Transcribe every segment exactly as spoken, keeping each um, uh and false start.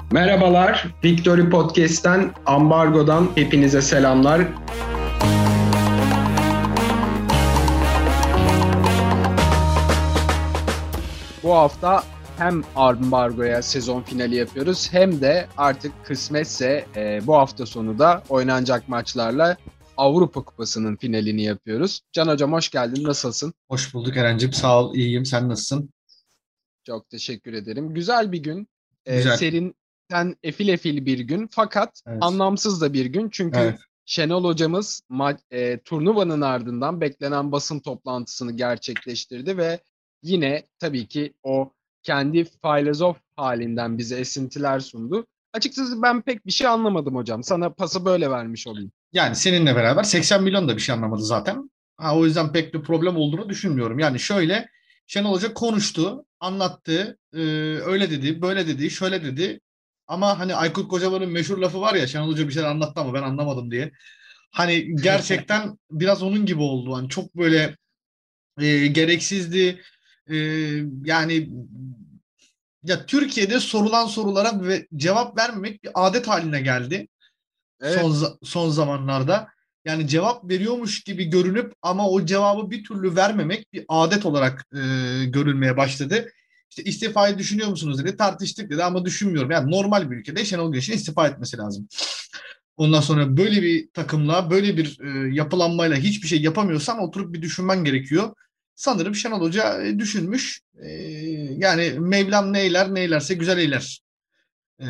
Merhabalar, Victory Podcast'ten, Ambargo'dan hepinize selamlar. Bu hafta hem Ambargo'ya sezon finali yapıyoruz hem de artık kısmetse e, bu hafta sonu da oynanacak maçlarla Avrupa Kupası'nın finalini yapıyoruz. Can Hocam hoş geldin, nasılsın? Hoş bulduk Eren'cim. Sağ ol, iyiyim. Sen nasılsın? Çok teşekkür ederim. Güzel bir gün, e, Güzel. serinden efil efil bir gün fakat Evet. anlamsız da bir gün. Çünkü Evet. Şenol hocamız ma- e, turnuvanın ardından beklenen basın toplantısını gerçekleştirdi ve yine tabii ki o kendi filozof halinden bize esintiler sundu. Açıkçası ben pek bir şey anlamadım hocam. Sana pası böyle vermiş olayım. Yani seninle beraber seksen milyon da bir şey anlamadı zaten. Ha, o yüzden pek bir problem olduğunu düşünmüyorum. Yani şöyle Şenol Hoca konuştu, anlattı. Ee, öyle dedi, böyle dedi, şöyle dedi. Ama hani Aykut Kocaman'ın meşhur lafı var ya, Şenol Hoca bir şeyler anlattı ama ben anlamadım diye. Hani gerçekten biraz onun gibi oldu. Hani çok böyle e, gereksizdi. E, yani ya Türkiye'de sorulan sorulara ve cevap vermemek bir adet haline geldi son Evet. za- son zamanlarda. Yani cevap veriyormuş gibi görünüp ama o cevabı bir türlü vermemek bir adet olarak e, görülmeye başladı. İşte istifayı düşünüyor musunuz dedi. Tartıştık dedi ama düşünmüyorum. Yani normal bir ülkede Şenol Güneş'in istifa etmesi lazım. Ondan sonra böyle bir takımla, böyle bir e, yapılanmayla hiçbir şey yapamıyorsan oturup bir düşünmen gerekiyor. Sanırım Şenol Hoca e, düşünmüş. E, yani Mevlam neyler neylerse güzel eyler e,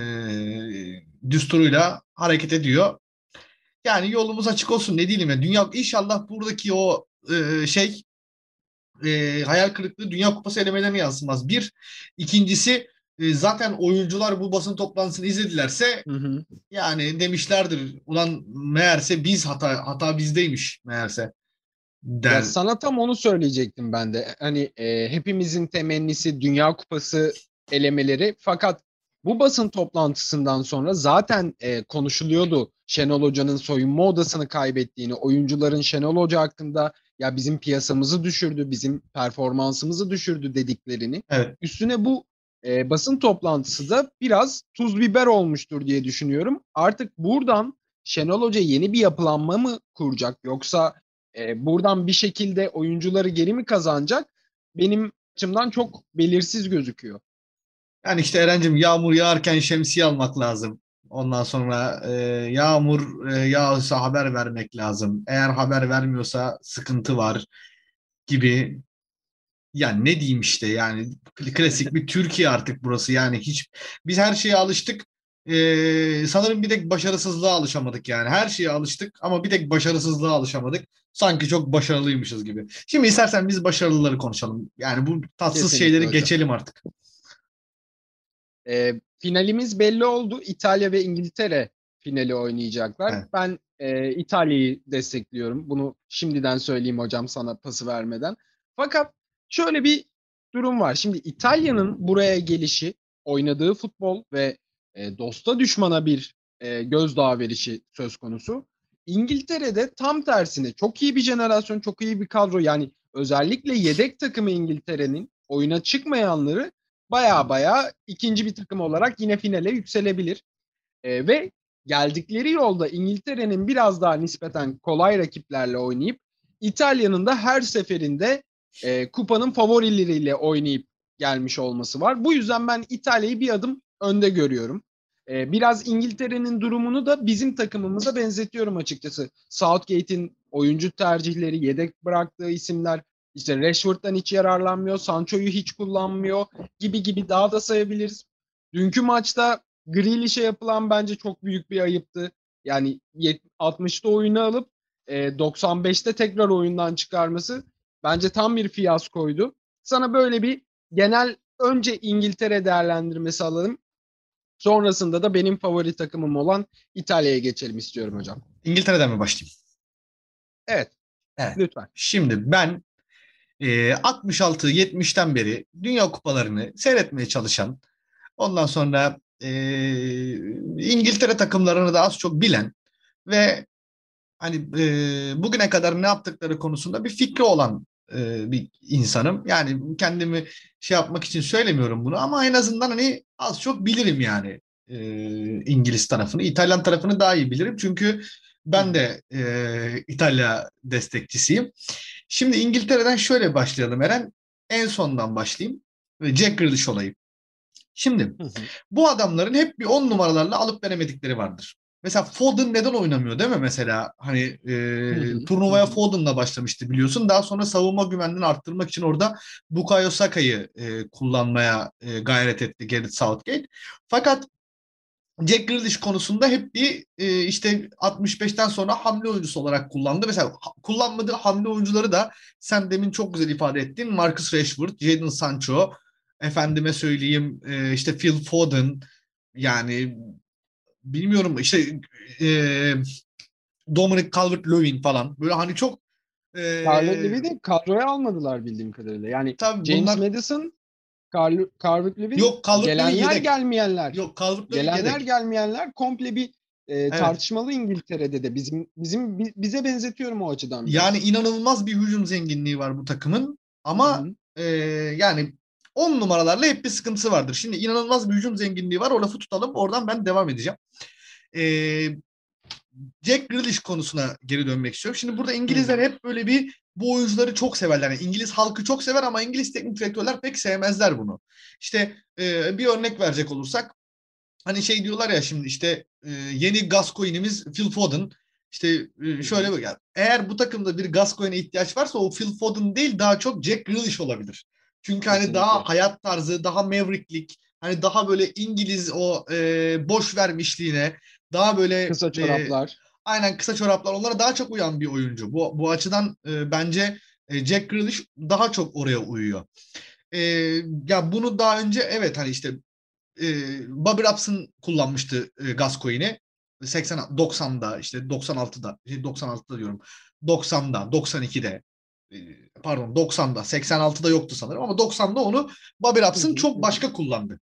düsturuyla hareket ediyor. Yani yolumuz açık olsun ne diyelim ya. Dünya inşallah buradaki o e, şey e, hayal kırıklığı Dünya Kupası elemelerine yansımaz. Bir. İkincisi e, zaten oyuncular bu basın toplantısını izledilerse Hı hı. yani demişlerdir. Ulan meğerse biz hata hata bizdeymiş meğerse Ya der. sana tam onu söyleyecektim ben de. Hani e, hepimizin temennisi Dünya Kupası elemeleri. Fakat bu basın toplantısından sonra zaten e, konuşuluyordu Şenol Hoca'nın soyunma odasını kaybettiğini, oyuncuların Şenol Hoca hakkında ya bizim piyasamızı düşürdü, bizim performansımızı düşürdü dediklerini. Evet. Üstüne bu e, basın toplantısı da biraz tuz biber olmuştur diye düşünüyorum. Artık buradan Şenol Hoca yeni bir yapılanma mı kuracak yoksa e, buradan bir şekilde oyuncuları geri mi kazanacak? Benim açımdan çok belirsiz gözüküyor. Yani işte Erencim yağmur yağarken şemsiye almak lazım. Ondan sonra e, yağmur e, yağıyorsa haber vermek lazım. Eğer haber vermiyorsa sıkıntı var gibi. Yani ne diyeyim işte yani klasik bir Türkiye artık burası yani hiç biz her şeye alıştık. Ee, sanırım bir tek başarısızlığa alışamadık yani her şeye alıştık ama bir tek başarısızlığa alışamadık. Sanki çok başarılıymışız gibi. Şimdi istersen biz başarılıları konuşalım. Yani bu tatsız Kesinlikle şeyleri hocam. geçelim artık. E, finalimiz belli oldu. İtalya ve İngiltere finali oynayacaklar. Evet. Ben e, İtalya'yı destekliyorum. Bunu şimdiden söyleyeyim hocam sana pası vermeden. Fakat şöyle bir durum var. Şimdi İtalya'nın buraya gelişi, oynadığı futbol ve e, dosta düşmana bir e, gözdağı verişi söz konusu. İngiltere'de tam tersine çok iyi bir jenerasyon, çok iyi bir kadro. Yani özellikle yedek takımı İngiltere'nin oyuna çıkmayanları baya baya ikinci bir takım olarak yine finale yükselebilir. E, ve geldikleri yolda İngiltere'nin biraz daha nispeten kolay rakiplerle oynayıp İtalya'nın da her seferinde e, kupanın favorileriyle oynayıp gelmiş olması var. Bu yüzden ben İtalya'yı bir adım önde görüyorum. E, biraz İngiltere'nin durumunu da bizim takımımıza benzetiyorum açıkçası. Southgate'in oyuncu tercihleri, yedek bıraktığı isimler, işte Rashford'dan hiç yararlanmıyor, Sancho'yu hiç kullanmıyor gibi gibi daha da sayabiliriz. Dünkü maçta Grealish'e yapılan bence çok büyük bir ayıptı. Yani altmışta oyunu alıp e, doksan beşte tekrar oyundan çıkarması bence tam bir fiyaskoydu. Sana böyle bir genel önce İngiltere değerlendirmesi alalım. Sonrasında da benim favori takımım olan İtalya'ya geçelim istiyorum hocam. İngiltere'den mi başlayayım? Evet, Evet. lütfen. Şimdi ben e, altmış altı yetmişten beri Dünya Kupalarını seyretmeye çalışan, ondan sonra e, İngiltere takımlarını da az çok bilen ve hani e, bugüne kadar ne yaptıkları konusunda bir fikri olan e, bir insanım. Yani kendimi şey yapmak için söylemiyorum bunu ama en azından hani az çok bilirim yani. e, İngiliz tarafını. İtalyan tarafını daha iyi bilirim. Çünkü Hı ben hı. de e, İtalya destekçisiyim. Şimdi İngiltere'den şöyle başlayalım Eren. En sondan başlayayım. Ve Jack Grealish olayım. Şimdi Hı hı. bu adamların hep bir on numaralarla alıp veremedikleri vardır. Mesela Foden neden oynamıyor değil mi mesela? Hani Hı e, hı. Hı turnuvaya hı. Foden'la başlamıştı biliyorsun. Daha sonra savunma güvenliğini arttırmak için orada Bukayo Saka'yı e, kullanmaya e, gayret etti Gareth Southgate. Fakat Jack Grealish konusunda hep bir e, işte altmış beşten sonra hamle oyuncusu olarak kullandı. Mesela ha- kullanmadığı hamle oyuncuları da sen demin çok güzel ifade ettin. Marcus Rashford, Jadon Sancho, efendime söyleyeyim e, işte Phil Foden, yani bilmiyorum işte e, Dominic Calvert-Lewin falan. Böyle hani çok Carlo e, Levy'yi kadroya almadılar bildiğim kadarıyla. Yani tabii James bunlar Maddison, Carlo, Calvert-Lewin, yok, Calvert-Lewin gelenler yedek. gelmeyenler. Yok, Calvert-Lewin Gelenler yedek. gelmeyenler komple bir e, Evet. tartışmalı İngiltere'de de bizim bizim bi- bize benzetiyorum o açıdan Yani biraz. inanılmaz bir hücum zenginliği var bu takımın. Hı Ama hı. e, yani on numaralarla hep bir sıkıntısı vardır. Şimdi inanılmaz bir hücum zenginliği var. O lafı tutalım. Oradan ben devam edeceğim. E, Jack Grealish konusuna geri dönmek istiyorum. Şimdi burada Hı İngilizler hı. hep böyle bir bu oyuncuları çok severler. Yani İngiliz halkı çok sever ama İngiliz teknik direktörler pek sevmezler bunu. İşte e, bir örnek verecek olursak, hani şey diyorlar ya şimdi işte e, yeni Gascoigne'imiz Phil Foden. İşte e, Hı şöyle hı. bak, yani eğer bu takımda bir Gascoigne'e ihtiyaç varsa o Phil Foden değil, daha çok Jack Grealish olabilir. Çünkü hani daha Kesinlikle. hayat tarzı, daha mavericklik, hani daha böyle İngiliz o e, boş vermişliğine, daha böyle Kısa e, çoraplar. aynen kısa çoraplar, onlara daha çok uyan bir oyuncu. Bu, bu açıdan e, bence e, Jack Grealish daha çok oraya uyuyor. E, Ya bunu daha önce evet hani işte e, Bobby Robson kullanmıştı e, Gascoigne'i. seksen doksan'da işte doksan altıda şey, doksan altıda diyorum. doksan'da doksan ikide e, pardon doksan'da seksen altıda yoktu sanırım ama doksan'da onu Bobby Hı Robson hı. çok Hı hı. başka kullandı.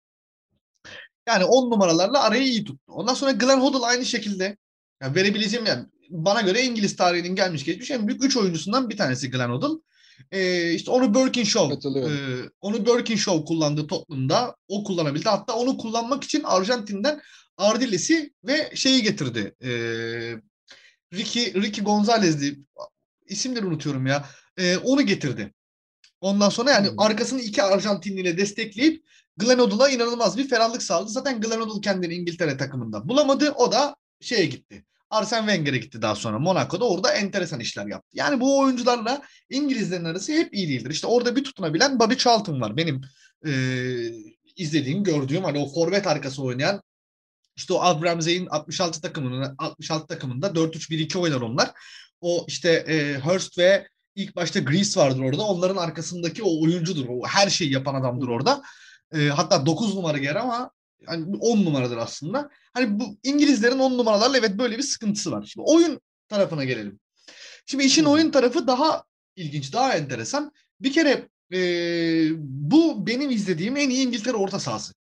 Yani on numaralarla arayı iyi tuttu. Ondan sonra Glenn Hoddle aynı şekilde. Yani verebileceğim, yani bana göre İngiliz tarihinin gelmiş geçmiş en büyük üç oyuncusundan bir tanesi Glenn Hoddle. Ee, işte onu Birkinshaw, e, Katılıyorum. onu Birkinshaw kullandı Tottenham'da. O kullanabildi. Hatta onu kullanmak için Arjantin'den Ardiles'i ve şeyi getirdi. Ee, Ricky, Ricky Gonzalez'di. İsimleri unutuyorum ya. Ee, onu getirdi. Ondan sonra Hı yani hı. arkasını iki Arjantinliyle destekleyip Glenn Hoddle'a inanılmaz bir ferahlık sağladı. Zaten Glenn Hoddle kendini İngiltere takımında bulamadı. O da şeye gitti. Arsene Wenger'e gitti daha sonra. Monaco'da orada enteresan işler yaptı. Yani bu oyuncularla İngilizlerin arası hep iyi değildir. İşte orada bir tutunabilen Bobby Charlton var. Benim e, izlediğim, gördüğüm, hani o forvet arkası oynayan, işte o Abraham Zey'in altmış altı takımının altmış altı takımında dört üç bir iki oynar onlar. O işte e, Hurst ve ilk başta Grease vardır orada. Onların arkasındaki o oyuncudur. O her şeyi yapan Hı adamdır hı. orada. E, hatta dokuz numara giyer ama yani on numaradır aslında. Hani bu İngilizlerin on numaralarla evet böyle bir sıkıntısı var. Şimdi oyun tarafına gelelim. Şimdi Hı işin hı. oyun tarafı daha ilginç, daha enteresan. Bir kere e, bu benim izlediğim en iyi İngiltere orta sahası.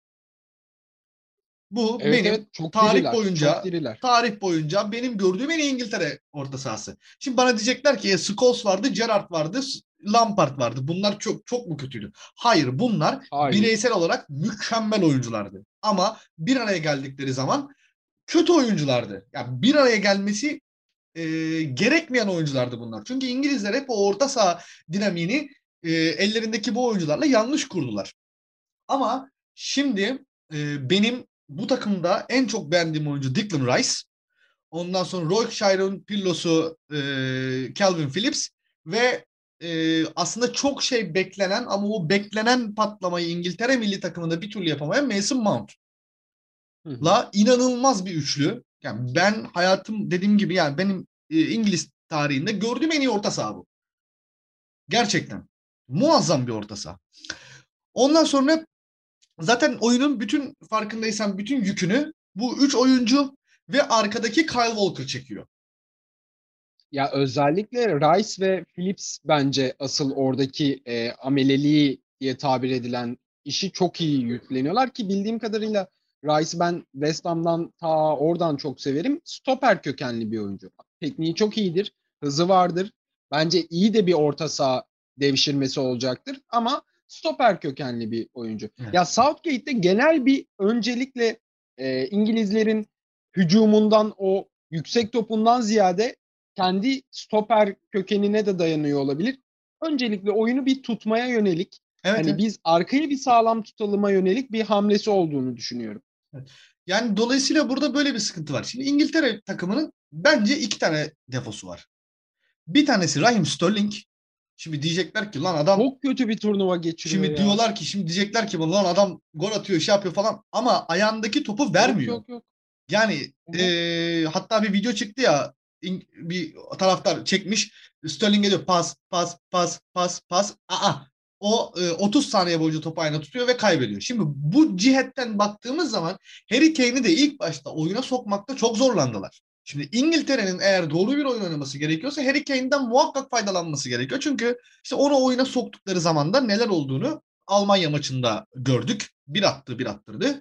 Bu Evet, benim evet, çok tarih diriler. Çok boyunca diriler. tarih boyunca benim gördüğüm en iyi İngiltere orta sahası. Şimdi bana diyecekler ki e, Scholes vardı, Gerrard vardı, Lampard vardı. Bunlar çok çok mu kötüydü? Hayır, bunlar Hayır. bireysel olarak mükemmel oyunculardı. Ama bir araya geldikleri zaman kötü oyunculardı. Yani bir araya gelmesi e, gerekmeyen oyunculardı bunlar. Çünkü İngilizler hep o orta saha dinamiğini e, ellerindeki bu oyuncularla yanlış kurdular. Ama şimdi e, benim bu takımda en çok beğendiğim oyuncu Declan Rice. Ondan sonra Yorkshire'ın pillosu e, Calvin Phillips ve e, aslında çok şey beklenen ama o beklenen patlamayı İngiltere milli takımında bir türlü yapamayan Mason Mount'la Hı hı. inanılmaz bir üçlü. Yani ben hayatım dediğim gibi, yani benim e, İngiliz tarihinde gördüğüm en iyi orta saha bu. Gerçekten. Muazzam bir orta saha. Ondan sonra zaten oyunun bütün, farkındaysan bütün yükünü bu üç oyuncu ve arkadaki Kyle Walker çekiyor. Ya özellikle Rice ve Phillips bence asıl oradaki e, ameleliği diye tabir edilen işi çok iyi yükleniyorlar ki bildiğim kadarıyla Rice ben West Ham'dan ta oradan çok severim. Stoper kökenli bir oyuncu. Tekniği çok iyidir, hızı vardır. Bence iyi de bir orta saha devşirmesi olacaktır ama stoper kökenli bir oyuncu. Evet. Ya Southgate'de genel bir öncelikle e, İngilizlerin hücumundan, o yüksek topundan ziyade kendi stoper kökenine de dayanıyor olabilir. Öncelikle oyunu bir tutmaya yönelik, Evet, hani evet. biz arkayı bir sağlam tutalıma yönelik bir hamlesi olduğunu düşünüyorum. Evet. Yani dolayısıyla burada böyle bir sıkıntı var. Şimdi İngiltere takımının bence iki tane defosu var. Bir tanesi Raheem Sterling. Şimdi diyecekler ki lan adam, Çok kötü bir turnuva geçiriyor şimdi ya. diyorlar ki şimdi diyecekler ki lan adam gol atıyor, şey yapıyor falan ama ayağındaki topu Yok vermiyor. yok yok. Yani Hı hı. e, hatta bir video çıktı ya, in- bir taraftar çekmiş. Sterling'e diyor pas pas pas pas pas. Aa, o e, otuz saniye boyunca topu ayağına tutuyor ve kaybediyor. Şimdi bu cihetten baktığımız zaman Harry Kane'i de ilk başta oyuna sokmakta çok zorlandılar. Şimdi İngiltere'nin eğer doğru bir oyun oynaması gerekiyorsa Harry Kane'den muhakkak faydalanması gerekiyor. Çünkü işte onu oyuna soktukları zaman da neler olduğunu Almanya maçında gördük. Bir attı, bir attırdı.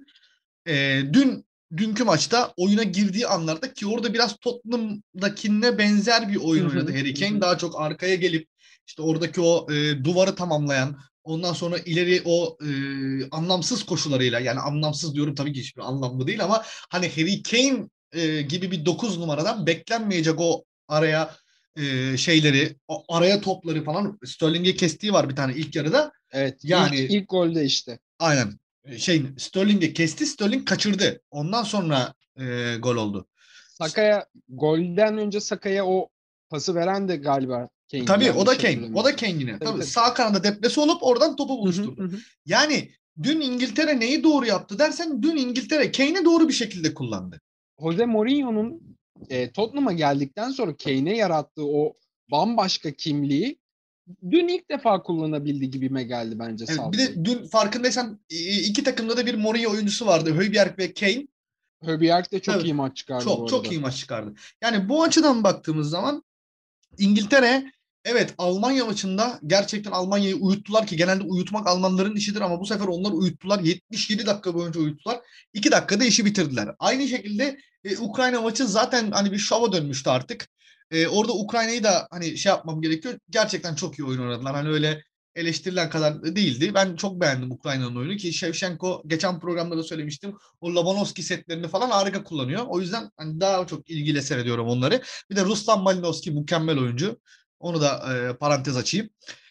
E, dün dünkü maçta oyuna girdiği anlarda, ki orada biraz Tottenham'dakine benzer bir Hı oyun oynadı hı, Harry hı Kane. hı. Daha çok arkaya gelip işte oradaki o e, duvarı tamamlayan, ondan sonra ileri o e, anlamsız koşularıyla, yani anlamsız diyorum tabii ki hiçbir anlamlı değil ama hani Harry Kane e, gibi bir dokuz numaradan beklenmeyecek o araya e, şeyleri, o araya topları falan Sterling'e kestiği var bir tane ilk yarıda. Evet, ilk Yani ilk golde işte. aynen. E, Şey, Sterling'e kesti, Sterling kaçırdı. Ondan sonra e, gol oldu. Saka'ya, golden önce Saka'ya o pası veren de galiba Kane, Tabii o da yanlış Kane. O da hatırlamıyorsam. Kane yine. Tabii Tabii tabii. sağ kanada deplesi olup oradan topu Hı hı, hı buluşturdu. hı. Yani dün İngiltere neyi doğru yaptı dersen, dün İngiltere Kane'i doğru bir şekilde kullandı. Jose Mourinho'nun e, Tottenham'a geldikten sonra Kane'e yarattığı o bambaşka kimliği dün ilk defa kullanabildi gibime geldi bence Evet, bir Southgate. de dün farkındaysan e, iki takımda da bir Mourinho oyuncusu vardı. Højbjerg ve Kane. Højbjerg de çok Tabii iyi maç çıkardı çok bu çok arada. iyi maç çıkardı. Yani bu açıdan baktığımız zaman İngiltere, evet, Almanya maçında gerçekten Almanya'yı uyuttular, ki genelde uyutmak Almanların işidir ama bu sefer onlar uyuttular. yetmiş yedi dakika boyunca uyuttular. iki dakikada işi bitirdiler. Aynı şekilde e, Ukrayna maçı zaten hani bir şova dönmüştü artık. E, orada Ukrayna'yı da hani şey yapmam gerekiyor. Gerçekten çok iyi oyun oynadılar. Hani öyle eleştirilen kadar değildi. Ben çok beğendim Ukrayna'nın oyunu, ki Shevchenko, geçen programda da söylemiştim. O Lobanovski setlerini falan harika kullanıyor. O yüzden hani daha çok ilgiyle seyrediyorum onları. Bir de Ruslan Malinovski mükemmel oyuncu. Onu da e, parantez açayım.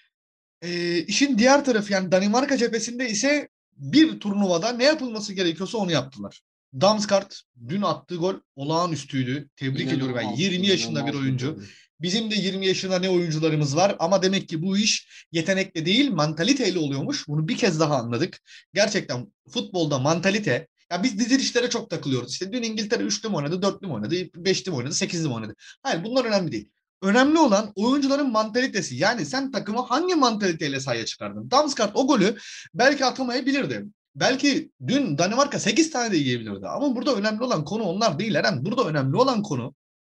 E, işin diğer tarafı, yani Danimarka cephesinde ise bir turnuvada ne yapılması gerekiyorsa onu yaptılar. Damsgaard dün attığı gol olağanüstüydü. Tebrik ediyorum. Yani İnanılmaz, yirmi yaşında bir inanılmaz bir oyuncu. gol. Bizim de yirmi yaşında ne oyuncularımız var ama demek ki bu iş yetenekle değil mantaliteyle oluyormuş. Bunu bir kez daha anladık. Gerçekten futbolda mantalite, ya biz dizilişlere çok takılıyoruz. İşte dün İngiltere üçlü mü oynadı, dörtlü mü oynadı, beşli mi oynadı, sekizli mi oynadı? Hayır, bunlar önemli değil. Önemli olan oyuncuların mantalitesi. Yani sen takımı hangi mantaliteyle sahaya çıkardın? Damsgaard o golü belki atamayabilirdi. Belki dün Danimarka sekiz tane de yiyebilirdi. Ama burada önemli olan konu onlar değil Eren. Burada önemli olan konu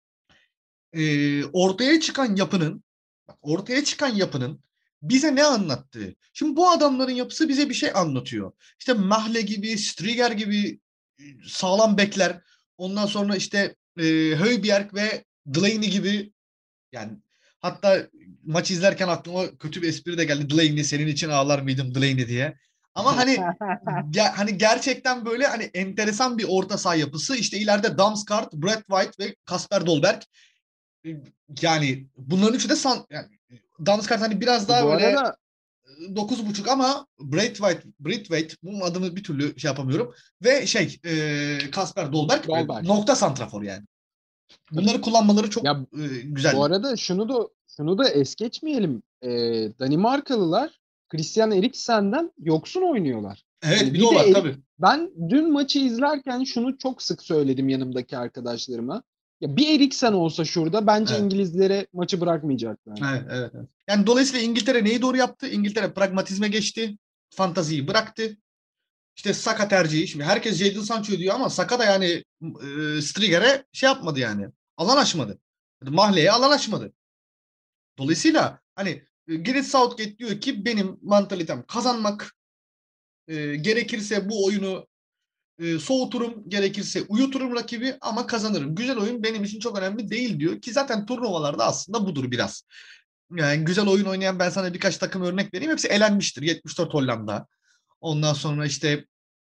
e, ortaya çıkan yapının, bak, ortaya çıkan yapının bize ne anlattığı. Şimdi bu adamların yapısı bize bir şey anlatıyor. İşte Mahle gibi, Striger gibi e, sağlam bekler. Ondan sonra işte e, Højbjerg ve Delaney gibi, yani hatta maç izlerken aklıma kötü bir espri de geldi. Delaney, senin için ağlar mıydım Delaney diye. Ama hani ge- hani gerçekten böyle hani enteresan bir orta saha yapısı. İşte ileride Damsgaard, Brad White ve Kasper Dolberg. Yani bunların üçü de san, yani Damsgaard hani biraz daha Bu böyle arada dokuz buçuk ama Brad White, Brad White, bunun adını bir türlü şey yapamıyorum. Ve şey e, Kasper Dolberg e, Dolberg. nokta santrafor yani. Tabii. Bunları kullanmaları çok Ya e, bu güzeldi. arada şunu da şunu da es geçmeyelim. Ee, Danimarkalılar Christian Eriksen'den yoksun oynuyorlar. Evet, Hani bir de bir o de var Erik, tabii. ben dün maçı izlerken şunu çok sık söyledim yanımdaki arkadaşlarıma. Ya bir Eriksen olsa şurada bence Evet. İngilizlere maçı bırakmayacaklardı. Evet, evet, evet. Yani dolayısıyla İngiltere neyi doğru yaptı? İngiltere pragmatizme geçti. Fantaziyi bıraktı. İşte Saka tercihi. Şimdi herkes Jadon Sancho diyor ama Saka da yani e, Striger'e şey yapmadı yani. Alan açmadı. Mahle'ye alan açmadı. Dolayısıyla hani e, Gareth Southgate diyor ki benim mantalitem kazanmak. E, gerekirse bu oyunu e, soğuturum, gerekirse uyuturum rakibi ama kazanırım. Güzel oyun benim için çok önemli değil diyor ki zaten turnuvalarda aslında budur biraz. Yani güzel oyun oynayan, ben sana birkaç takım örnek vereyim. Hepsi elenmiştir. yetmiş dört Hollanda. Ondan sonra işte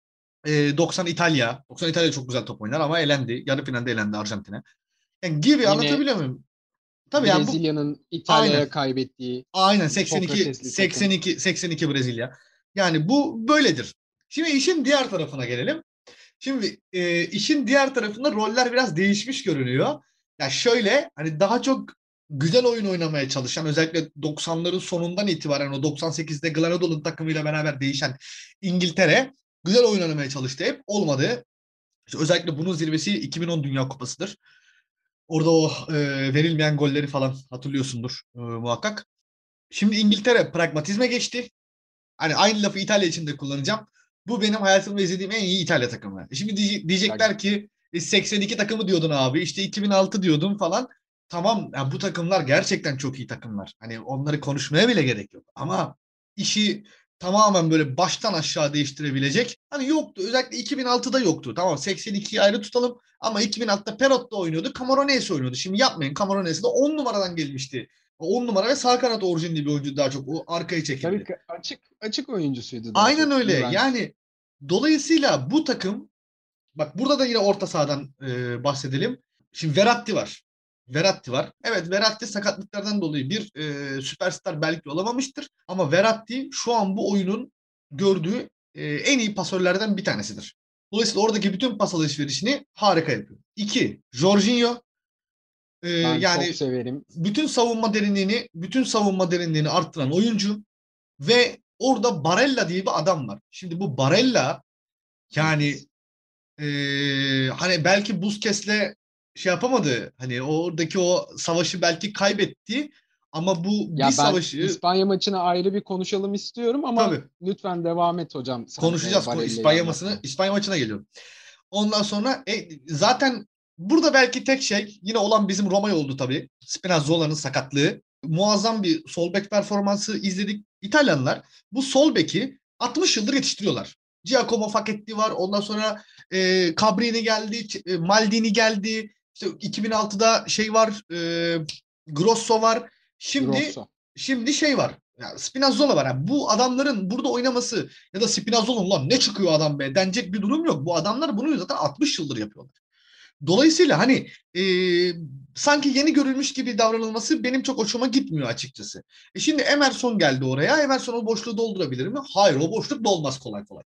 E, doksan İtalya. doksan İtalya çok güzel top oynar ama elendi. Yarı finalde elendi Arjantin'e. Yani gibi, Yine anlatabiliyor muyum? Tabii yani bu Brezilya'nın aynen. İtalya'ya kaybettiği Aynen seksen iki Sokratesli takım. seksen iki seksen iki Brezilya. Yani bu böyledir. Şimdi işin diğer tarafına gelelim. Şimdi e, işin diğer tarafında roller biraz değişmiş görünüyor. Ya şöyle, hani daha çok güzel oyun oynamaya çalışan, özellikle doksanların sonundan itibaren o doksan sekizde Glanadol'un takımıyla beraber değişen İngiltere güzel oyun oynamaya çalıştı hep. Olmadı. İşte özellikle bunun zirvesi iki bin on Dünya Kupası'dır. Orada o e, verilmeyen golleri falan hatırlıyorsundur e, muhakkak. Şimdi İngiltere pragmatizme geçti. Hani aynı lafı İtalya için de kullanacağım. Bu benim hayatımda izlediğim en iyi İtalya takımı. Şimdi Ya, diyecekler ki e, seksen iki takımı diyordun abi. İşte iki bin altı diyordun falan. Tamam ya, bu takımlar gerçekten çok iyi takımlar. Hani onları konuşmaya bile gerek yok. Ama işi tamamen böyle baştan aşağı değiştirebilecek. Hani yoktu. Özellikle iki bin altıda yoktu. Tamam, seksen ikiyi ayrı tutalım. Ama iki bin altıda Perot'ta oynuyordu. Camoranesi oynuyordu. Şimdi yapmayın. Camoranesi de on numaradan gelmişti. on numara ve sağ kanat orijinli bir oyuncu, daha çok. O arkaya tabii çekildi. ki açık açık oyuncusuydu daha Aynen çok. öyle. Güven. Yani dolayısıyla bu takım, bak burada da yine orta sahadan e, bahsedelim. Şimdi Verratti var. Verratti var. Evet, Verratti sakatlıklardan dolayı bir e, süperstar belki olamamıştır. Ama Verratti şu an bu oyunun gördüğü e, en iyi pasörlerden bir tanesidir. Dolayısıyla oradaki bütün pas alışverişini harika yapıyor. İki, Jorginho. E, Ben çok yani severim. bütün savunma derinliğini, bütün savunma derinliğini arttıran oyuncu. Ve orada Barella diye bir adam var. Şimdi bu Barella, yani Evet. eee, hani belki Busquets'le şey yapamadı. Hani oradaki o savaşı belki kaybetti. Ama bu bir Ya ben savaşı İspanya maçını ayrı bir konuşalım istiyorum ama tabii lütfen devam et hocam sen e, konuşacağız. Ko- Barella'yı İspanya maçını, anlatmaya. İspanya maçına geliyorum. Ondan sonra e, zaten burada belki tek şey yine olan bizim Roma'ya oldu tabii. Spinazzola'nın sakatlığı. Muazzam bir sol bek performansı izledik. İtalyanlar bu sol beki altmış yıldır yetiştiriyorlar. Giacomo Facchetti var. Ondan sonra e, Cabrini geldi. E, Maldini geldi. İşte iki bin altıda şey var. E, Grosso var. Şimdi Grosso. şimdi şey var. Yani Spinazzola var. Yani bu adamların burada oynaması ya da Spinazzola'nın lan ne çıkıyor adam be denecek bir durum yok. Bu adamlar bunu zaten altmış yıldır yapıyorlar. Dolayısıyla hani e, sanki yeni görülmüş gibi davranılması benim çok hoşuma gitmiyor açıkçası. E şimdi Emerson geldi oraya. Emerson o boşluğu doldurabilir mi? Hayır, o boşluk dolmaz kolay kolay.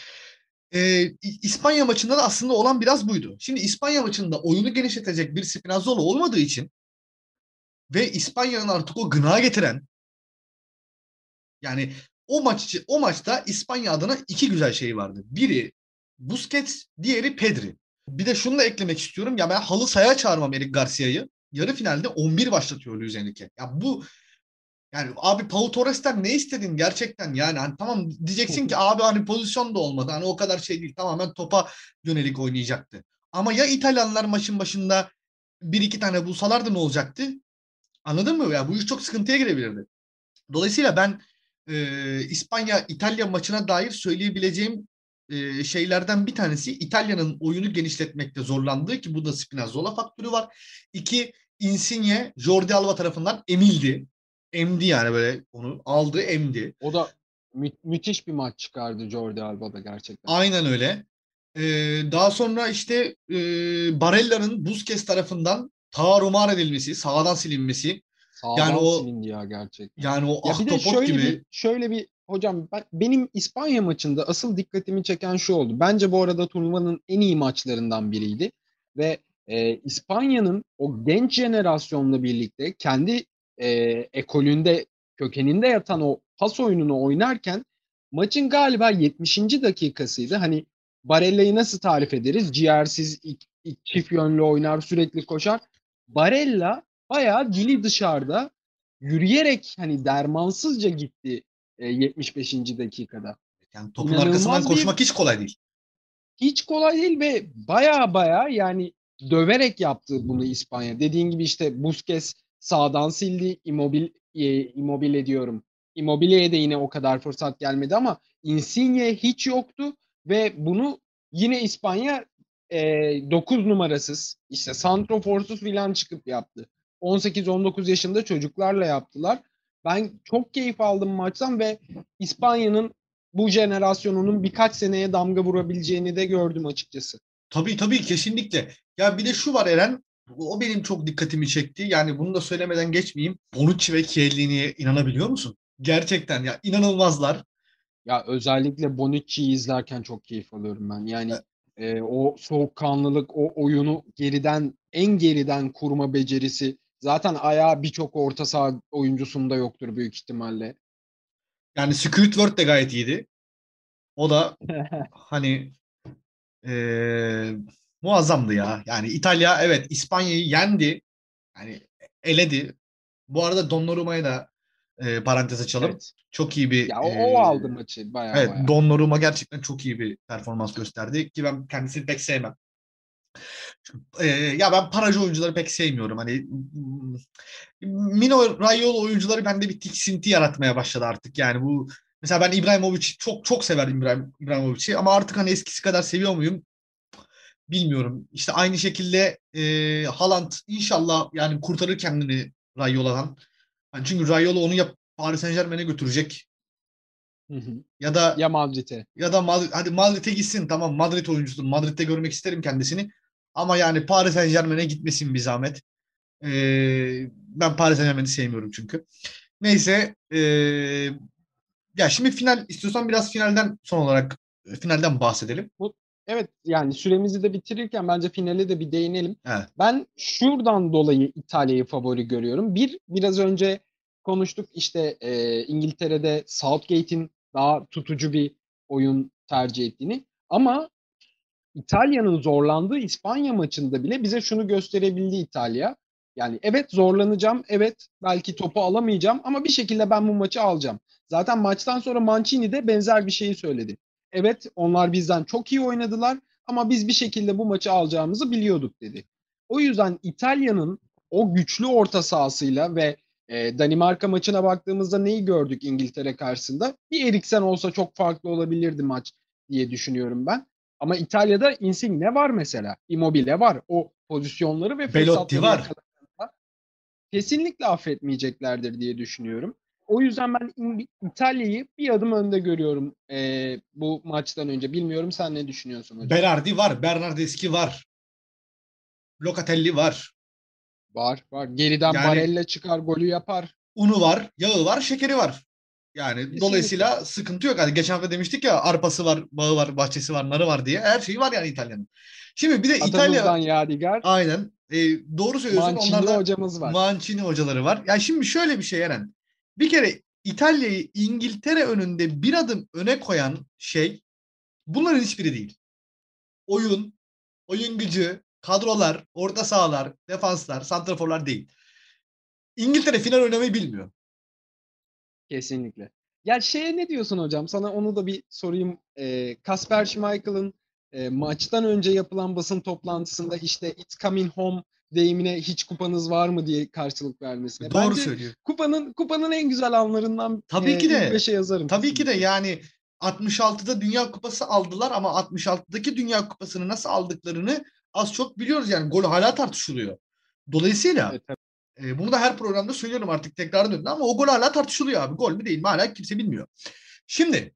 E, İspanya maçında da aslında olan biraz buydu. Şimdi İspanya maçında oyunu genişletecek bir Spinazzola olmadığı için ve İspanya'nın artık o gına getiren, yani o maç o maçta İspanya adına iki güzel şey vardı. Biri Busquets, diğeri Pedri. Bir de şunu da eklemek istiyorum. Ya ben halı sahaya çağırmam Eric Garcia'yı. Yarı finalde on bir başlatıyor Luis Enrique. Ya bu, yani abi Pau Torres'ten ne istedin gerçekten, yani hani tamam diyeceksin ki abi hani pozisyon da olmadı. Hani o kadar şey değil. Tamamen topa yönelik oynayacaktı. Ama ya İtalyanlar maçın başında bir iki tane bulsalardı ne olacaktı? Anladın mı? Ya bu iş çok sıkıntıya girebilirdi. Dolayısıyla ben e, İspanya-İtalya maçına dair söyleyebileceğim e, şeylerden bir tanesi İtalya'nın oyunu genişletmekte zorlandığı, ki bu da Spinazzola faktörü var. İki, Insigne Jordi Alba tarafından emildi. Emdi, yani böyle onu aldı, emdi. O da mü- müthiş bir maç çıkardı Jordi Alba'da gerçekten. Aynen öyle. E, daha sonra işte e, Barella'nın Busquets tarafından tarumar edilmesi, sağdan silinmesi. Yani Sağdan o silindi ya gerçekten. yani o Ya bir de ahtapot şöyle bir gibi. şöyle bir hocam ben, benim İspanya maçında asıl dikkatimi çeken şu oldu. Bence bu arada turnuvanın en iyi maçlarından biriydi ve e, İspanya'nın o genç jenerasyonla birlikte kendi e, ekolünde kökeninde yatan o pas oyununu oynarken maçın galiba yetmişinci dakikasıydı. Hani Barella'yı nasıl tarif ederiz? Ciğersiz, ilk, ilk çift yönlü oynar, sürekli koşar. Barella bayağı dili dışarıda yürüyerek hani dermansızca gitti e, yetmiş beşinci dakikada. Yani topun arkasından İnanılmaz bir koşmak hiç kolay değil. hiç kolay değil ve baya baya yani döverek yaptı bunu İspanya. Dediğin gibi işte Busquets sağdan sildi. Immobile, e, Immobile diyorum. Immobile'ye de yine o kadar fırsat gelmedi ama Insigne hiç yoktu ve bunu yine İspanya e, dokuz numarasız işte santroforsuz filan çıkıp yaptı. on sekiz on dokuz yaşında çocuklarla yaptılar. Ben çok keyif aldım maçtan ve İspanya'nın bu jenerasyonunun birkaç seneye damga vurabileceğini de gördüm açıkçası. Tabii tabii kesinlikle. Ya bir de şu var Eren. O benim çok dikkatimi çekti. Yani bunu da söylemeden geçmeyeyim. Bonucci ve Chiellini'ye inanabiliyor musun? Gerçekten ya inanılmazlar. Ya özellikle Bonucci'yi izlerken çok keyif alıyorum ben. E, Yani e, o soğukkanlılık, o oyunu geriden, en geriden kurma becerisi zaten ayağı birçok orta saha oyuncusunda yoktur büyük ihtimalle. Yani Squidward de gayet iyiydi. O da hani e, muazzamdı ya. Yani İtalya evet İspanya'yı yendi. Yani eledi. Bu arada Donnarumma'ya da e, parantez açalım. Evet. Çok iyi bir Ya o, o aldı e, maçı baya evet baya. Donnarumma gerçekten çok iyi bir performans gösterdi ki ben kendisini pek sevmem. E, ya ben paracı oyuncuları pek sevmiyorum. Hani mm, Mino Raiola oyuncuları bende bir tiksinti yaratmaya başladı artık. Yani bu mesela ben İbrahimovic'i çok çok severdim İbrahim, İbrahimovic'i ama artık hani eskisi kadar seviyor muyum bilmiyorum. İşte aynı şekilde e, Haaland inşallah yani kurtarır kendini Raiola'dan. Yani çünkü Raiola onu ya Paris Saint-Germain'e götürecek Hı hı. ya da Ya Madrid'e. ya da Madrid, hadi Madrid'e gitsin tamam Madrid oyuncusudur. Madrid'de görmek isterim kendisini. Ama yani Paris Saint-Germain'e gitmesin bir zahmet. Ee, ben Paris Saint-Germain'i sevmiyorum çünkü. Neyse ee, ya şimdi final istiyorsan biraz finalden son olarak e, finalden bahsedelim. Bu, evet yani süremizi de bitirirken bence finale de bir değinelim. Evet. Ben şuradan dolayı İtalya'yı favori görüyorum. Bir, biraz önce konuştuk işte e, İngiltere'de Southgate'in daha tutucu bir oyun tercih ettiğini. Ama İtalya'nın zorlandığı İspanya maçında bile bize şunu gösterebildi İtalya. Yani evet zorlanacağım, evet belki topu alamayacağım ama bir şekilde ben bu maçı alacağım. Zaten maçtan sonra Mancini de benzer bir şeyi söyledi. Evet onlar bizden çok iyi oynadılar ama biz bir şekilde bu maçı alacağımızı biliyorduk dedi. O yüzden İtalya'nın o güçlü orta sahasıyla ve e, Danimarka maçına baktığımızda neyi gördük İngiltere karşısında? Bir Eriksen olsa çok farklı olabilirdi maç diye düşünüyorum ben. Ama İtalya'da Insigne var mesela. Immobile var. O pozisyonları ve Belotti fırsatları var. yakaladığında kesinlikle affetmeyeceklerdir diye düşünüyorum. O yüzden ben İtalya'yı bir adım önde görüyorum e, bu maçtan önce. Bilmiyorum sen ne düşünüyorsun hocam? Berardi var. Bernardeschi var. Locatelli var. Var var. Geriden Yani Barella çıkar golü yapar. unu var, yağı var, şekeri var. Yani Kesinlikle. dolayısıyla sıkıntı yok. Hani geçen hafta demiştik ya arpası var, bağı var, bahçesi var, narı var diye. Her şeyi var yani İtalya'nın. Şimdi bir de Atamızdan İtalya Yadigar, aynen e, doğru söylüyorsun. Mancini Onlarda hocamız var. Mancini hocaları var. Yani şimdi şöyle bir şey Eren. Bir kere İtalya'yı İngiltere önünde bir adım öne koyan şey bunların hiçbiri değil. Oyun, oyun gücü, kadrolar, orta sahalar, defanslar, santraforlar değil. İngiltere final oynamayı bilmiyor. Kesinlikle. Ya şeye ne diyorsun hocam? Sana onu da bir sorayım. Ee, Kasper Schmeichel'ın e, maçtan önce yapılan basın toplantısında işte "It's coming home" deyimine hiç kupanız var mı diye karşılık vermesine. Doğru Bence söylüyor. kupanın kupanın en güzel anlarından Tabii e, ki ilk de. beşe yazarım Tabii ki de kesinlikle. yani altmış altıda Dünya Kupası aldılar ama altmış altıdaki Dünya Kupası'nı nasıl aldıklarını az çok biliyoruz yani. Gol hala tartışılıyor. Dolayısıyla E, tabii. e, bunu da her programda söylüyorum artık tekrar döndü ama o gol hala tartışılıyor abi. Gol mü değil mi hala kimse bilmiyor. Şimdi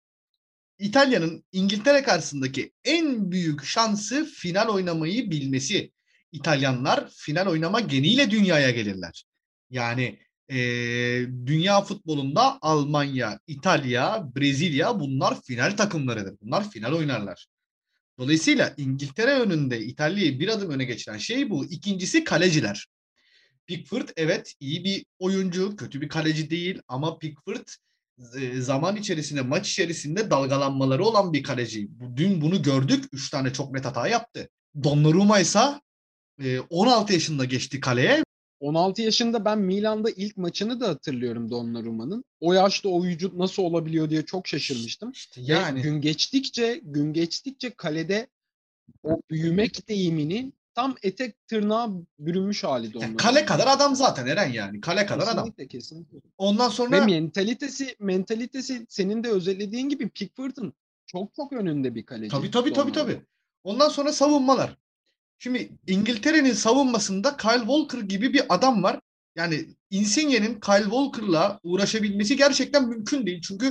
İtalya'nın İngiltere karşısındaki en büyük şansı final oynamayı bilmesi. İtalyanlar final oynama geniyle dünyaya gelirler. Yani e, dünya futbolunda Almanya, İtalya, Brezilya bunlar final takımlarıdır. Bunlar final oynarlar. Dolayısıyla İngiltere önünde İtalya'yı bir adım öne geçiren şey bu. İkincisi kaleciler. Pickford evet iyi bir oyuncu, kötü bir kaleci değil ama Pickford e, zaman içerisinde, maç içerisinde dalgalanmaları olan bir kaleci. Dün bunu gördük. Üç tane çok net hata yaptı. Donnarumma ise e, on altı yaşında geçti kaleye. on altı yaşında ben Milan'da ilk maçını da hatırlıyorum Donnarumma'nın. O yaşta oyuncu nasıl olabiliyor diye çok şaşırmıştım. İşte Ve yani gün geçtikçe gün geçtikçe kalede o büyümek deyimini tam etek tırnağa bürünmüş hali ya kale Donnarumma'nın. kadar adam zaten Eren yani. Kale kadar adam. Kesinlikle kesinlikle. Ondan Ve sonra mentalitesi mentalitesi senin de özetlediğin gibi Pickford'un çok çok önünde bir tabii kaleci tabii tabii Donnarumma. tabii. Ondan sonra savunmalar. Şimdi İngiltere'nin savunmasında Kyle Walker gibi bir adam var. Yani Insigne'nin Kyle Walker'la uğraşabilmesi gerçekten mümkün değil. Çünkü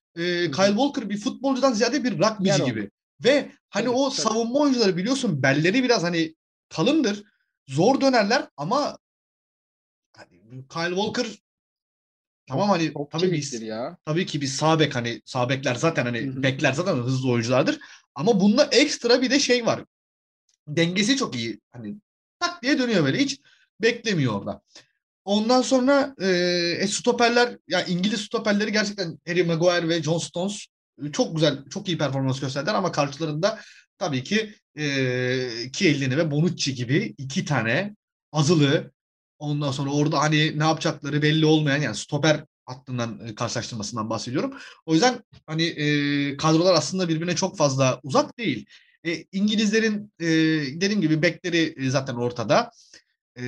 e, Hı Kyle hı. Walker bir futbolcudan ziyade bir Yer rugbyci onu. gibi. Ve hani Tabii o tabii. savunma oyuncuları biliyorsun belleri biraz hani kalındır. Zor dönerler ama hani Kyle Walker Çok tamam hani çok tabii çeviktir biz ya. tabii ki biz sağ bek hani sağ bekler zaten Hı hani hı. bekler zaten hızlı oyunculardır. Ama bunda ekstra bir de şey var. Dengesi çok iyi. Hani tak diye dönüyor böyle hiç beklemiyor orada. Ondan sonra e, e, stoperler ya İngiliz stoperleri gerçekten Harry Maguire ve John Stones e, çok güzel, çok iyi performans gösterdiler ama karşılarında tabii ki e, Chiellini ve Bonucci gibi iki tane azılı ondan sonra orada hani ne yapacakları belli olmayan yani stoper hattından e, karşılaştırmasından bahsediyorum. O yüzden hani e, kadrolar aslında birbirine çok fazla uzak değil. E, İngilizlerin e, dediğim gibi bekleri e, zaten ortada. E,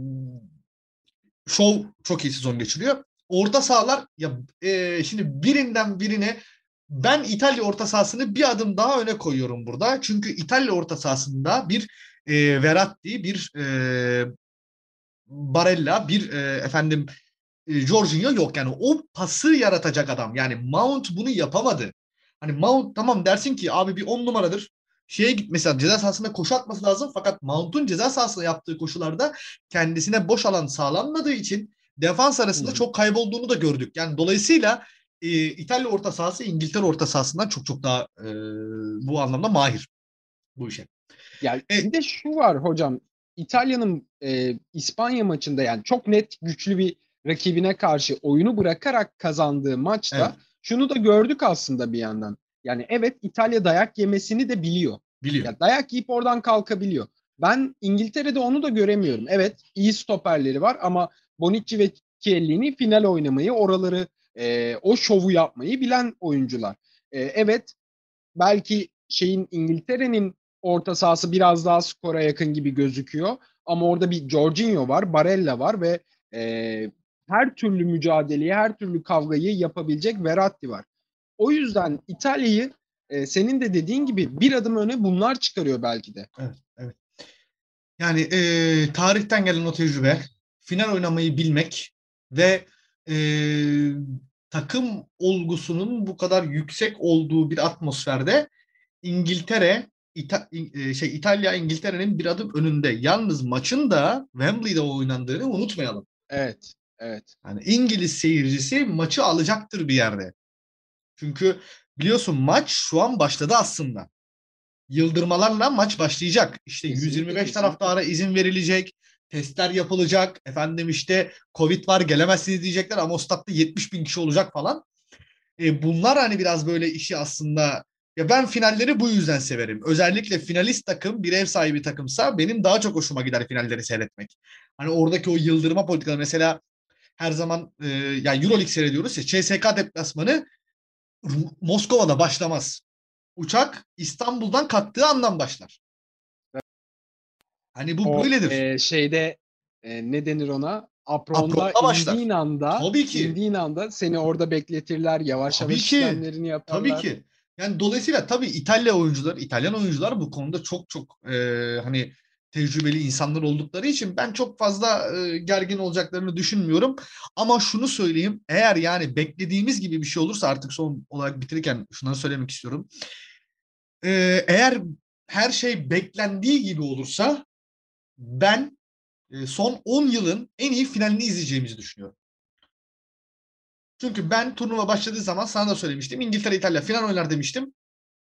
Şov çok iyi sezon geçiriyor. Orta sahalar ya e, şimdi birinden birine ben İtalya orta sahasını bir adım daha öne koyuyorum burada. Çünkü İtalya orta sahasında bir e, Verratti, bir e, Barella, bir e, efendim e, Jorginho yok. Yani o pası yaratacak adam. Yani Mount bunu yapamadı. Hani Mount tamam dersin ki abi bir on numaradır. Şeye git mesela ceza sahasına koşu atması lazım. Fakat Mount'un ceza sahasına yaptığı koşularda kendisine boş alan sağlanmadığı için defans Hı arasında hı. çok kaybolduğunu da gördük. Yani dolayısıyla e, İtalya orta sahası İngiltere orta sahasından çok çok daha e, bu anlamda mahir bu işe. Ya E, bir de şu var hocam. İtalya'nın e, İspanya maçında yani çok net güçlü bir rakibine karşı oyunu bırakarak kazandığı evet maçta şunu da gördük aslında bir yandan. Yani evet İtalya dayak yemesini de biliyor. biliyor. Ya dayak yiyip oradan kalkabiliyor. Ben İngiltere'de onu da göremiyorum. Evet iyi stoperleri var ama Bonucci ve Chiellini final oynamayı, oraları e, o şovu yapmayı bilen oyuncular. E, evet belki şeyin İngiltere'nin orta sahası biraz daha skora yakın gibi gözüküyor. Ama orada bir Jorginho var, Barella var ve e, her türlü mücadeleyi, her türlü kavgayı yapabilecek Verratti var. O yüzden İtalya'yı e, senin de dediğin gibi bir adım öne bunlar çıkarıyor belki de. Evet, evet. Yani e, tarihten gelen o tecrübe, final oynamayı bilmek ve e, takım olgusunun bu kadar yüksek olduğu bir atmosferde İngiltere, İta- e, şey İtalya İngiltere'nin bir adım önünde. Yalnız maçın da Wembley'de oynandığını unutmayalım. Evet, evet. Yani İngiliz seyircisi maçı alacaktır bir yerde. Çünkü biliyorsun maç şu an başladı aslında. Yıldırmalarla maç başlayacak. İşte Kesinlikle, yüz yirmi beş kesinlikle. taraftara izin verilecek. Testler yapılacak. Efendim işte Covid var gelemezsiniz diyecekler ama o statta yetmiş bin kişi olacak falan. E, bunlar hani biraz böyle işi aslında ya ben finalleri bu yüzden severim. Özellikle finalist takım bir ev sahibi takımsa benim daha çok hoşuma gider finalleri seyretmek. Hani oradaki o yıldırma politikaları mesela her zaman e, yani Euroleague seyrediyoruz ya C S K deplasmanı Moskova'da başlamaz. Uçak İstanbul'dan kalktığı andan başlar. Hani bu O böyledir. e, şeyde e, ne denir ona? Apron'da Apron'da başlar. indiğin anda, Tabii ki. indiğin anda seni orada bekletirler, yavaş Tabii yavaş ki. işlemlerini Tabii yaparlar. ki. Yani dolayısıyla tabii İtalya oyuncular, İtalyan oyuncular bu konuda çok çok e, hani tecrübeli insanlar oldukları için ben çok fazla e, gergin olacaklarını düşünmüyorum. Ama şunu söyleyeyim, eğer yani beklediğimiz gibi bir şey olursa artık son olarak bitirirken şunları söylemek istiyorum. E, eğer her şey beklendiği gibi olursa ben e, son on yılın en iyi finalini izleyeceğimizi düşünüyorum. Çünkü ben turnuva başladığı zaman sana da söylemiştim. İngiltere İtalya final oynar demiştim.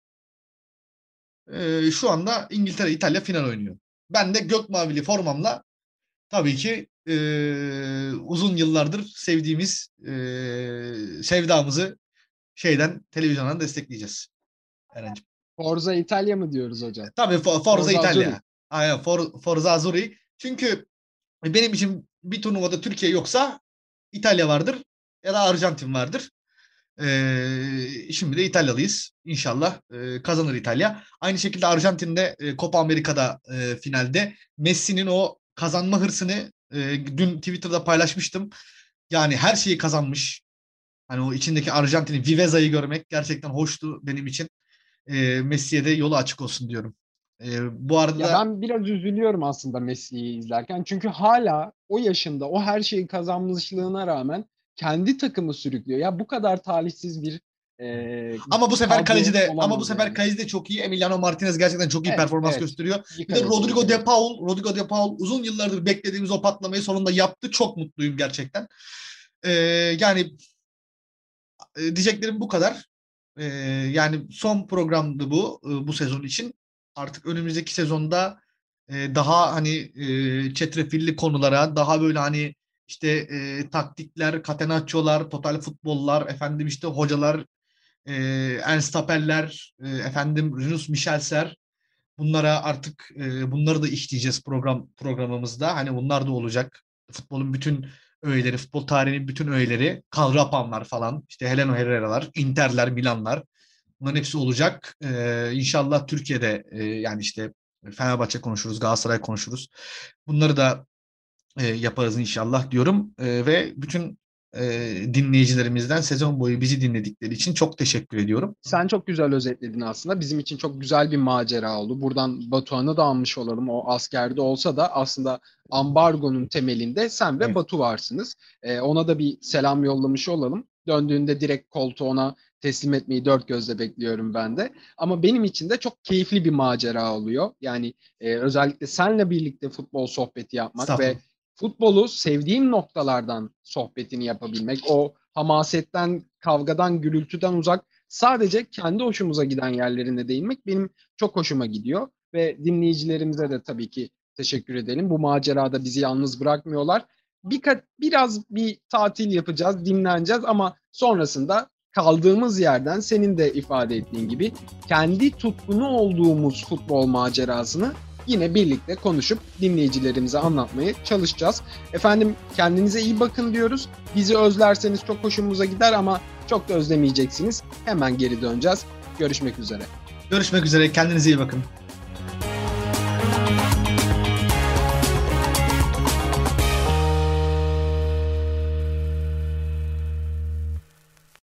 Ee, şu anda İngiltere İtalya final oynuyor. Ben de gök mavili formamla tabii ki e, uzun yıllardır sevdiğimiz e, sevdamızı şeyden televizyondan destekleyeceğiz. Erencim. Forza İtalya mı diyoruz hocam? Tabii For- Forza Forza Azzurri. İtalya. Aynen For- Forza Azzurri. Çünkü benim için bir turnuvada Türkiye yoksa İtalya vardır ya da Arjantin vardır. Ee, şimdi de İtalyalıyız. İnşallah e, kazanır İtalya. Aynı şekilde Arjantin'de e, Copa Amerika'da e, finalde Messi'nin o kazanma hırsını e, dün Twitter'da paylaşmıştım. Yani her şeyi kazanmış. Hani o içindeki Arjantin'in Viveza'yı görmek gerçekten hoştu benim için. E, Messi'ye de yolu açık olsun diyorum. E, bu arada Ya da ben biraz üzülüyorum aslında Messi'yi izlerken. Çünkü hala o yaşında, o her şeyi kazanmışlığına rağmen kendi takımı sürüklüyor. Ya bu kadar talihsiz bir e, Ama bu sefer kaleci de kadro ama bu olamaz sefer yani. kaleci de çok iyi. Emiliano Martinez gerçekten çok iyi Evet, performans evet. gösteriyor. Bir İyi de kaleci, iyi Rodrigo De kaleci. Paul, Rodrigo De Paul uzun yıllardır beklediğimiz o patlamayı sonunda yaptı. Çok mutluyum gerçekten. Ee, yani e, diyeceklerim bu kadar. Ee, yani son programdı bu e, bu sezon için. Artık önümüzdeki sezonda e, daha hani e, çetrefilli konulara, daha böyle hani işte e, taktikler, catenaccio'lar, total futbollar, efendim işte hocalar, e, Ernst Happel'ler, e, efendim Rinus Michelser, bunlara artık e, bunları da işleyeceğiz program programımızda. Hani bunlar da olacak. Futbolun bütün öğeleri, futbol tarihinin bütün öğeleri, Karl Rappan'lar falan, işte Heleno Herrera'lar, Inter'ler, Milan'lar. Bunların hepsi olacak. E, İnşallah Türkiye'de e, yani işte Fenerbahçe konuşuruz, Galatasaray konuşuruz. Bunları da e, yaparız inşallah diyorum. E, ve bütün e, dinleyicilerimizden sezon boyu bizi dinledikleri için çok teşekkür ediyorum. Sen çok güzel özetledin aslında. Bizim için çok güzel bir macera oldu. Buradan Batuhan'ı da almış olalım. O askerde olsa da aslında ambargonun temelinde sen ve Evet. Batu varsınız. Ee, ona da bir selam yollamış olalım. Döndüğünde direkt koltuğu ona teslim etmeyi dört gözle bekliyorum ben de. Ama benim için de çok keyifli bir macera oluyor. Yani e, özellikle senle birlikte futbol sohbeti yapmak ve Estağfurullah. futbolu sevdiğim noktalardan sohbetini yapabilmek, o hamasetten, kavgadan, gürültüden uzak sadece kendi hoşumuza giden yerlerine değinmek benim çok hoşuma gidiyor ve dinleyicilerimize de tabii ki teşekkür edelim. Bu macerada bizi yalnız bırakmıyorlar. Birkaç biraz bir tatil yapacağız, dinleneceğiz ama sonrasında kaldığımız yerden senin de ifade ettiğin gibi kendi tutkunu olduğumuz futbol macerasını yine birlikte konuşup dinleyicilerimize anlatmaya çalışacağız. Efendim kendinize iyi bakın diyoruz. Bizi özlerseniz çok hoşumuza gider ama çok da özlemeyeceksiniz. Hemen geri döneceğiz. Görüşmek üzere. Görüşmek üzere. Kendinize iyi bakın.